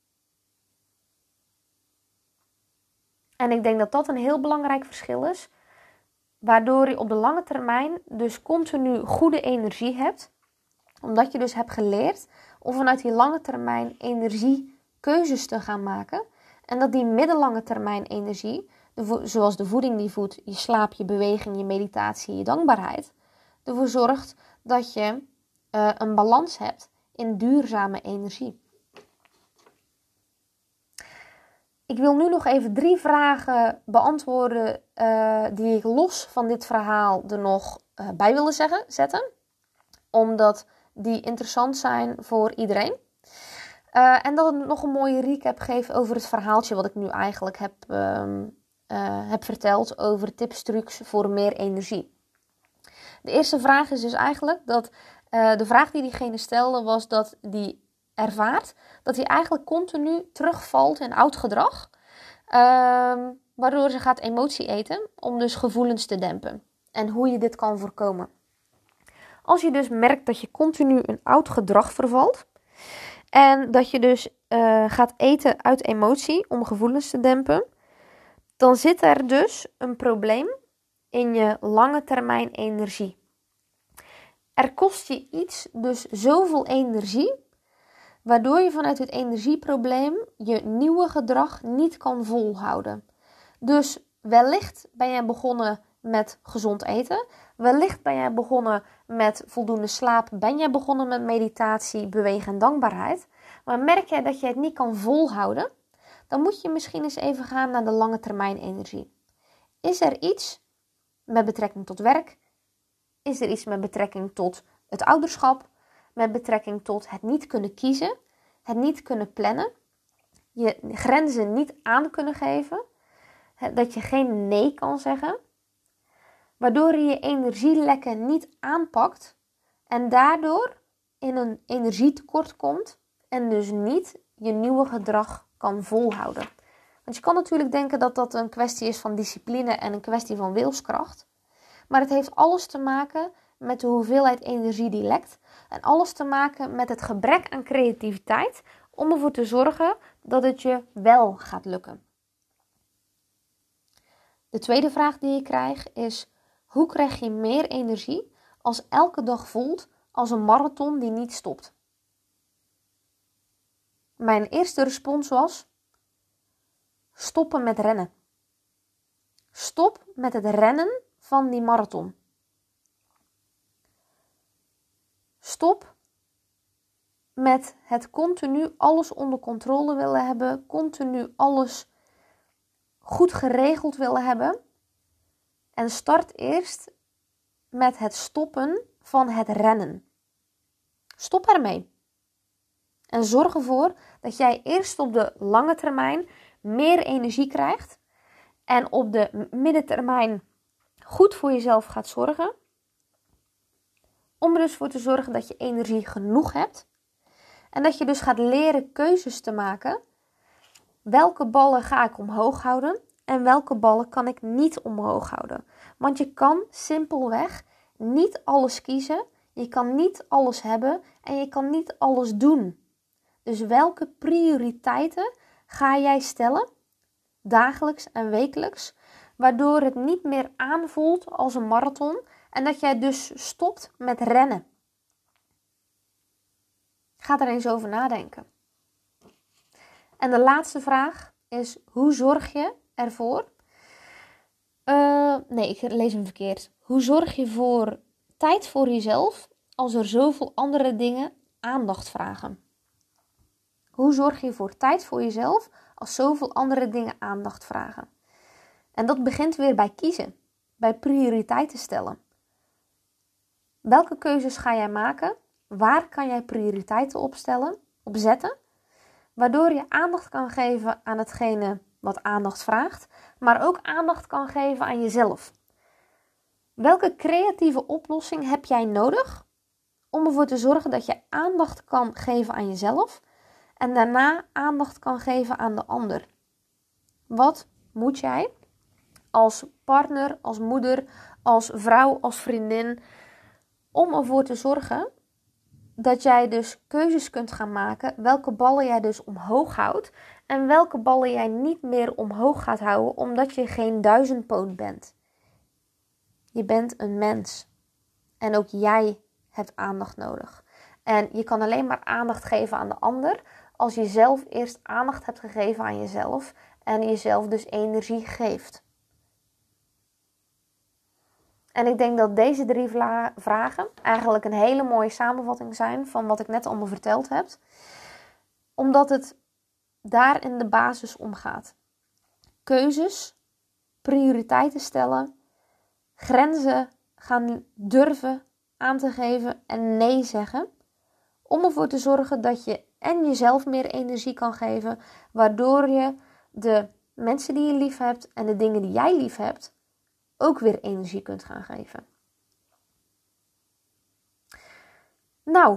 [SPEAKER 1] En ik denk dat dat een heel belangrijk verschil is. Waardoor je op de lange termijn dus continu goede energie hebt. Omdat je dus hebt geleerd om vanuit die lange termijn energiekeuzes te gaan maken. En dat die middellange termijn energie, zoals de voeding die voedt, je slaap, je beweging, je meditatie, je dankbaarheid, ervoor zorgt dat je een balans hebt in duurzame energie. Ik wil nu nog even 3 vragen beantwoorden die ik los van dit verhaal er nog bij wilde zetten. Omdat die interessant zijn voor iedereen. En dat het nog een mooie recap geeft over het verhaaltje wat ik nu eigenlijk heb verteld over tips, trucs voor meer energie. De eerste vraag is dus eigenlijk dat de vraag die diegene stelde was dat die ervaart dat hij eigenlijk continu terugvalt in oud gedrag. Waardoor ze gaat emotie eten om dus gevoelens te dempen. En hoe je dit kan voorkomen. Als je dus merkt dat je continu in oud gedrag vervalt. En dat je dus gaat eten uit emotie om gevoelens te dempen. Dan zit er dus een probleem in je lange termijn energie. Er kost je iets dus zoveel energie, waardoor je vanuit het energieprobleem je nieuwe gedrag niet kan volhouden. Dus wellicht ben jij begonnen met gezond eten. Wellicht ben jij begonnen met voldoende slaap. Ben jij begonnen met meditatie, bewegen en dankbaarheid. Maar merk jij dat je het niet kan volhouden, dan moet je misschien eens even gaan naar de lange termijn energie. Is er iets met betrekking tot werk? Is er iets met betrekking tot het ouderschap? Met betrekking tot het niet kunnen kiezen? Het niet kunnen plannen? Je grenzen niet aan kunnen geven? Dat je geen nee kan zeggen? Waardoor je je energielekken niet aanpakt en daardoor in een energietekort komt en dus niet je nieuwe gedrag kan volhouden. Want je kan natuurlijk denken dat dat een kwestie is van discipline en een kwestie van wilskracht. Maar het heeft alles te maken met de hoeveelheid energie die lekt. En alles te maken met het gebrek aan creativiteit om ervoor te zorgen dat het je wel gaat lukken. De tweede vraag die ik krijg is: hoe krijg je meer energie als elke dag voelt als een marathon die niet stopt? Mijn eerste respons was: stoppen met rennen. Stop met het rennen van die marathon. Stop met het continu alles onder controle willen hebben, continu alles goed geregeld willen hebben. En start eerst met het stoppen van het rennen. Stop ermee. En zorg ervoor dat jij eerst op de lange termijn meer energie krijgt. En op de middentermijn goed voor jezelf gaat zorgen. Om er dus voor te zorgen dat je energie genoeg hebt. En dat je dus gaat leren keuzes te maken. Welke ballen ga ik omhoog houden? En welke ballen kan ik niet omhoog houden? Want je kan simpelweg niet alles kiezen. Je kan niet alles hebben. En je kan niet alles doen. Dus welke prioriteiten ga jij stellen? Dagelijks en wekelijks. Waardoor het niet meer aanvoelt als een marathon. En dat jij dus stopt met rennen. Ga er eens over nadenken. En de laatste vraag is: hoe zorg je ervoor? Nee, ik lees hem verkeerd. Hoe zorg je voor tijd voor jezelf als er zoveel andere dingen aandacht vragen? Hoe zorg je voor tijd voor jezelf als zoveel andere dingen aandacht vragen? En dat begint weer bij kiezen, bij prioriteiten stellen. Welke keuzes ga jij maken? Waar kan jij prioriteiten op zetten? Waardoor je aandacht kan geven aan hetgene wat aandacht vraagt, maar ook aandacht kan geven aan jezelf. Welke creatieve oplossing heb jij nodig om ervoor te zorgen dat je aandacht kan geven aan jezelf en daarna aandacht kan geven aan de ander? Wat moet jij als partner, als moeder, als vrouw, als vriendin, om ervoor te zorgen dat jij dus keuzes kunt gaan maken, welke ballen jij dus omhoog houdt en welke ballen jij niet meer omhoog gaat houden omdat je geen duizendpoot bent. Je bent een mens en ook jij hebt aandacht nodig. En je kan alleen maar aandacht geven aan de ander als je zelf eerst aandacht hebt gegeven aan jezelf en jezelf dus energie geeft. En ik denk dat deze 3 vragen eigenlijk een hele mooie samenvatting zijn van wat ik net allemaal verteld heb. Omdat het daar in de basis om gaat. Keuzes, prioriteiten stellen, grenzen gaan durven aan te geven en nee zeggen. Om ervoor te zorgen dat je en jezelf meer energie kan geven. Waardoor je de mensen die je lief hebt en de dingen die jij lief hebt ook weer energie kunt gaan geven. Nou,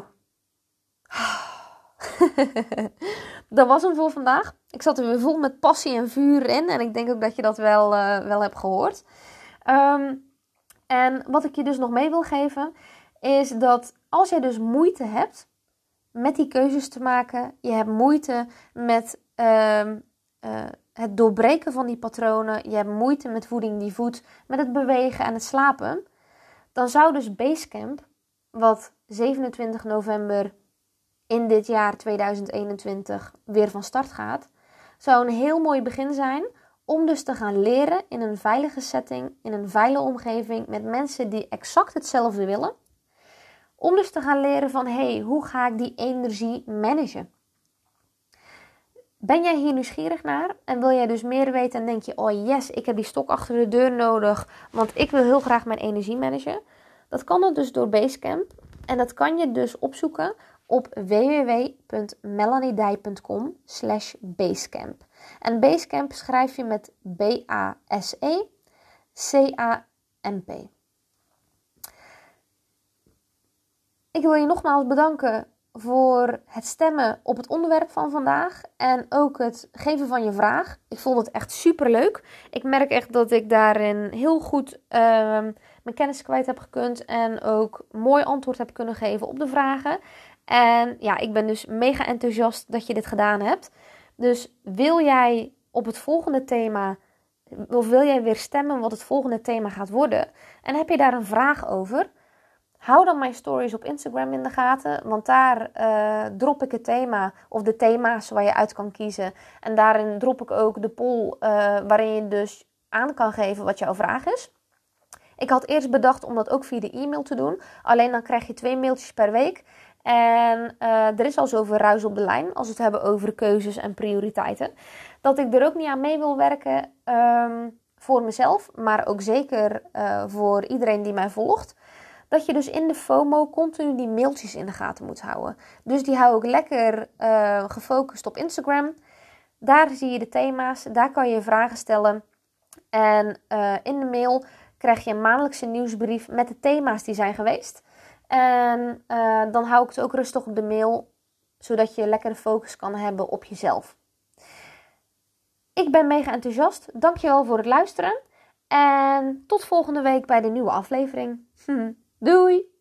[SPEAKER 1] dat was hem voor vandaag. Ik zat er weer vol met passie en vuur in en ik denk ook dat je dat wel hebt gehoord. En wat ik je dus nog mee wil geven is dat als jij dus moeite hebt met die keuzes te maken, je hebt moeite met het doorbreken van die patronen, je hebt moeite met voeding die voedt, met het bewegen en het slapen, dan zou dus Basecamp, wat 27 november in dit jaar 2021 weer van start gaat, zou een heel mooi begin zijn om dus te gaan leren in een veilige setting, in een veilige omgeving, met mensen die exact hetzelfde willen. Om dus te gaan leren van, hoe ga ik die energie managen? Ben jij hier nieuwsgierig naar en wil jij dus meer weten en denk je, oh yes, ik heb die stok achter de deur nodig, want ik wil heel graag mijn energie managen. Dat kan dan dus door Basecamp en dat kan je dus opzoeken op www.melaniedij.com/Basecamp. En Basecamp schrijf je met B-A-S-E-C-A-M-P. Ik wil je nogmaals bedanken voor het stemmen op het onderwerp van vandaag en ook het geven van je vraag. Ik vond het echt super leuk. Ik merk echt dat ik daarin heel goed mijn kennis kwijt heb gekund en ook mooi antwoord heb kunnen geven op de vragen. En ja, ik ben dus mega enthousiast dat je dit gedaan hebt. Dus wil jij op het volgende thema, of wil jij weer stemmen wat het volgende thema gaat worden? En heb je daar een vraag over? Hou dan mijn stories op Instagram in de gaten, want daar drop ik het thema of de thema's waar je uit kan kiezen. En daarin drop ik ook de poll waarin je dus aan kan geven wat jouw vraag is. Ik had eerst bedacht om dat ook via de e-mail te doen. Alleen dan krijg je 2 mailtjes per week. En er is al zoveel ruis op de lijn als we het hebben over keuzes en prioriteiten. Dat ik er ook niet aan mee wil werken voor mezelf. Maar ook zeker voor iedereen die mij volgt. Dat je dus in de FOMO continu die mailtjes in de gaten moet houden. Dus die hou ik lekker gefocust op Instagram. Daar zie je de thema's. Daar kan je vragen stellen. En in de mail krijg je een maandelijkse nieuwsbrief met de thema's die zijn geweest. En dan hou ik het ook rustig op de mail, zodat je lekker de focus kan hebben op jezelf. Ik ben mega enthousiast. Dankjewel voor het luisteren. En tot volgende week bij de nieuwe aflevering. Doei!